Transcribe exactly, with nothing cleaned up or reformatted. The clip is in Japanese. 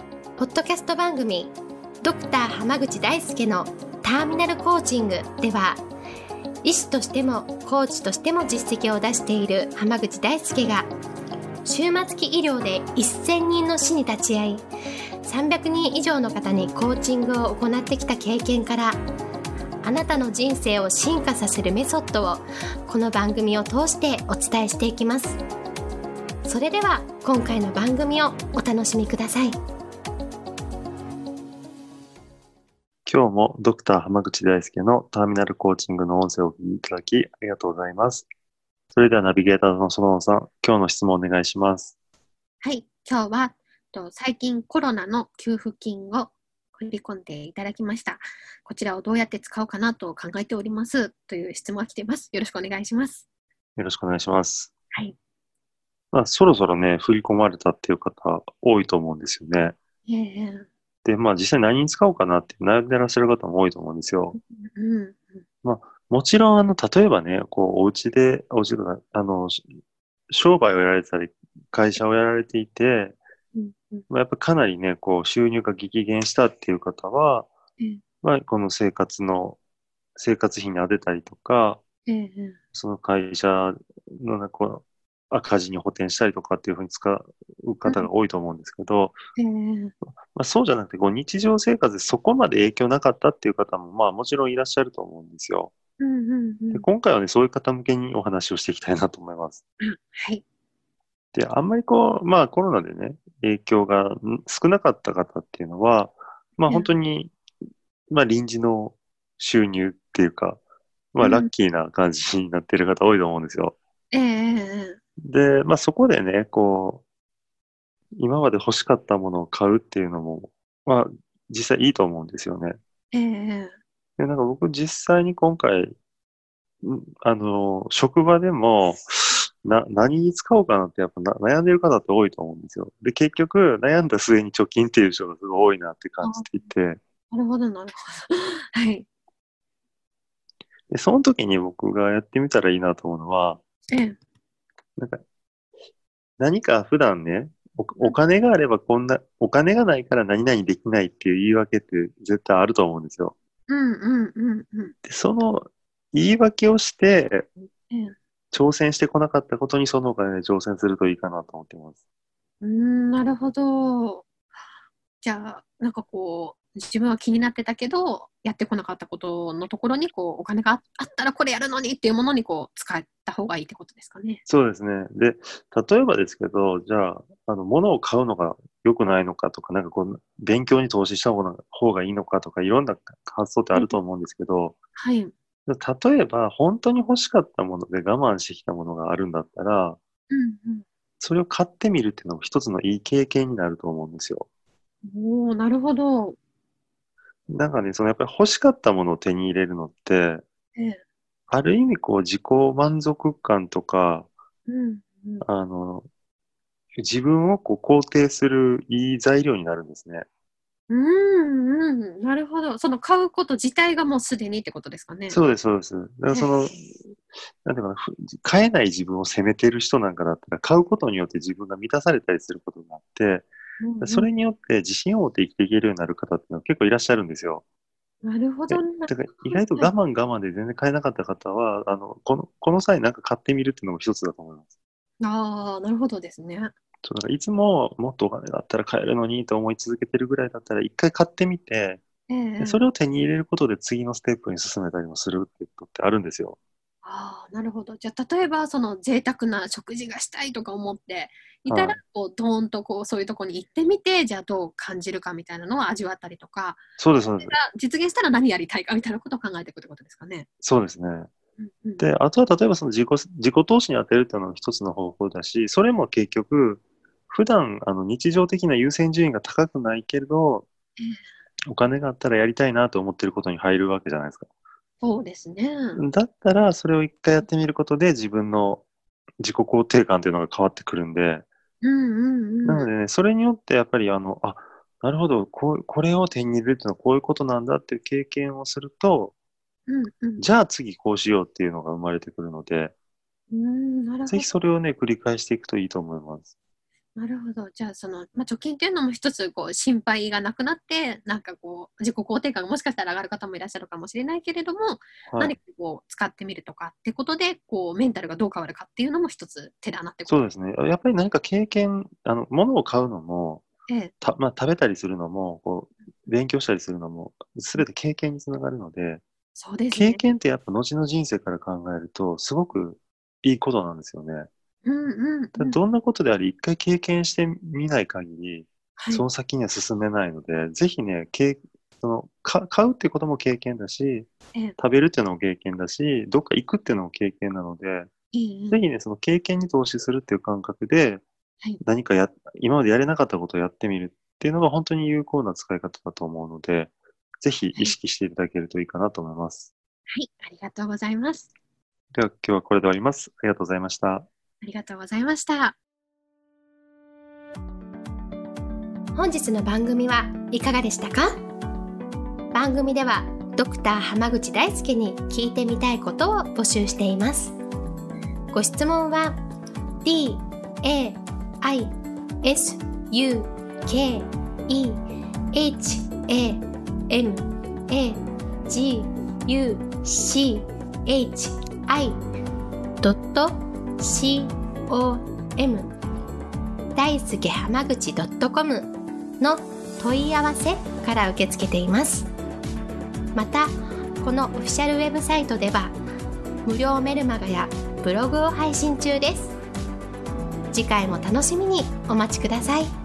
ポッドキャスト番組ドクター濱口大輔のターミナルコーチングでは、医師としてもコーチとしても実績を出している濱口大輔が終末期医療でせんにんの死に立ち会い、さんびゃくにん以上の方にコーチングを行ってきた経験から、あなたの人生を進化させるメソッドをこの番組を通してお伝えしていきます。それでは今回の番組をお楽しみください。 今日もドクター濱口大輔のターミナルコーチングの音声をお聞きいただきありがとうございます。それではナビゲーターの園野さん、今日の質問をお願いします。 はい、今日はと最近コロナの給付金を振り込んでいただきました。こちらをどうやって使おうかなと考えておりますという質問が来ています。よろしくお願いします。 よろしくお願いします。 はい。 まあ、そろそろね、振り込まれたっていう方多いと思うんですよね。 ええで、まあ実際何に使おうかなって悩んでらっしゃる方も多いと思うんですよ。 うんうん、 まあ、もちろん、あの、例えばね、こう、お家で、お家が、あの、し商売をやられてたり、会社をやられていて、 うんうんまあ、やっぱかなりね、こう、収入が激減したっていう方は、 えまあ、この生活の、生活費に当てたりとか、 えええその会社のね、こう、赤字に補填したりとかっていうふうに使う方が多いと思うんですけど、 ええまあ、そうじゃなくて、こう、日常生活でそこまで影響なかったっていう方も、まあ、もちろんいらっしゃると思うんですよ。 うんうんうで、 ん今回はね、そういう方向けにお話をしていきたいなと思います。 うんはい。 で、あんまりこう、まあコロナでね、影響がん少なかった方っていうのは、まあ本当に、まあ臨時の収入っていうか、まあラッうんキーな感じになってる方多いと思うんですよ。 えええで、まあそこでね、こう、今まで欲しかったものを買うっていうのも、まあ実際いいと思うんですよね。 えええで、なんか僕実際に今回、んあの、職場でも、な、何に使おうかなってやっぱな悩んでる方って多いと思うんですよ。で、結局悩んだ末に貯金っていう人がすごい多いなって感じていあ、 て、 なるほどなるほど。はい。 で、その時に僕がやってみたらいいなと思うのは、 ええなんか何か普段ね、お、おうん金があればこんな、お金がないから何々できないっていう言い訳って絶対あると思うんですよ。 うんうんうんうんで、その言い訳をしてええ挑戦してこなかったことにそのお金で挑戦するといいかなと思ってます。 うーん、なるほど。じゃあ、なんかこう、自分は気になってたけど、やってこなかったことのところに、こう、お金がああったらこれやるのにっていうものに、こう、使った方がいいってことですかね。 そうですね。で、例えばですけど、じゃあ、あの、物を買うのが良くないのかとか、なんかこう、勉強に投資した方が方がいいのかとか、いろんな発想ってあええると思うんですけど、 はい。 例えば、本当に欲しかったもので我慢してきたものがあるんだったら、 うんうん。 それを買ってみるっていうのも一つのいい経験になると思うんですよ。 おお、なるほど。 なんかね、そのやっぱり欲しかったものを手に入れるのって、 ええ。 ある意味こう自己満足感とか、 うんうん。 あの、自分をこう肯定するいい材料になるんですね。 うーん、うん、なるほど。その買うこと自体がもうすでにってことですかね。 そうです、そうです。だからええ。 その、なんていうかな、ふ買えない自分を責めてる人なんかだったら、買うことによって自分が満たされたりすることがあって、 うんうん。 それによって自信を持って生きていけるようになる方っていうのは結構いらっしゃるんですよ。 なるほえ、 どな。 だから意外とはい。 我慢我慢で全然買えなかった方は、あの、この、この際なんか買ってみるっていうのも一つだと思います。 ああ、なるほどですね。 そうだからいつももっとお金があったら買えるのにと思い続けてるぐらいだったら、一回買ってみて、 ええで、 ええ。 それを手に入れることで次のステップに進めたりもするっていうことってあるんですよ。 ああ、なるほど。じゃあ、例えば、その贅沢な食事がしたいとか思っていたら、 はい。 こう、ドーンとこう、そういうとこに行ってみて、じゃあどう感じるかみたいなのを味わったりとか、 そうです、そうです。 それが実現したら何やりたいかみたいなことを考えていくってことですかね。 そうですね。 うんうん。 で、あとは例えばその自己、自己投資に当てるっていうのも一つの方法だし、それも結局、普段、あの、日常的な優先順位が高くないけど、 ええ、 お金があったらやりたいなと思ってることに入るわけじゃないですか。 そうですね。 だったら、それを一回やってみることで自分の自己肯定感っていうのが変わってくるんで、 うんうんうん。 なのでね、それによってやっぱりあの、あ、なるほど、こう、これを手に入れるっていうのはこういうことなんだっていう経験をすると、 うんうん。 じゃあ次こうしようっていうのが生まれてくるので、 うーん、なるぜほど。 ひそれをね、繰り返していくといいと思います。 なるほど。じゃあ、その、まあ、貯金っていうのも一つ、こう、心配がなくなって、なんかこう、自己肯定感がもしかしたら上がる方もいらっしゃるかもしれないけれども、 はい。 何かこう、使ってみるとかってことで、こう、メンタルがどう変わるかっていうのも一つ手だなってこと。 そうですね。やっぱり何か経験、あの、物を買うのも、 ええ、 た、まあ、食べたりするのも、こう、勉強したりするのも、すべて経験につながるので、 そうですね。 経験ってやっぱ後の人生から考えると、すごくいいことなんですよね。 うんうんうん。 ただどんなことであれ一回経験してみない限り、 はい。 その先には進めないので、ぜひね、経そのか買うっていうことも経験だし、 ええ、 食べるっていうのも経験だし、どっか行くっていうのも経験なので、 いい、いい。 ぜひね、その経験に投資するっていう感覚で、 はい。 何かや、今までやれなかったことをやってみるっていうのが本当に有効な使い方だと思うので、ぜひはい。 意識していただけるといいかなと思います。 はい。ありがとうございます。 では今日はこれで終わります。ありがとうございました。 ありがとうございました。本日の番組はいかがでしたか？番組ではドクター濱口大輔に聞いてみたいことを募集しています。ご質問は d a i s u k e h a m a g u c h i ドット com 大輔濱口 .com の問い合わせから受け付けています。また、このオフィシャルウェブサイトでは無料メルマガやブログを配信中です。次回も楽しみにお待ちください。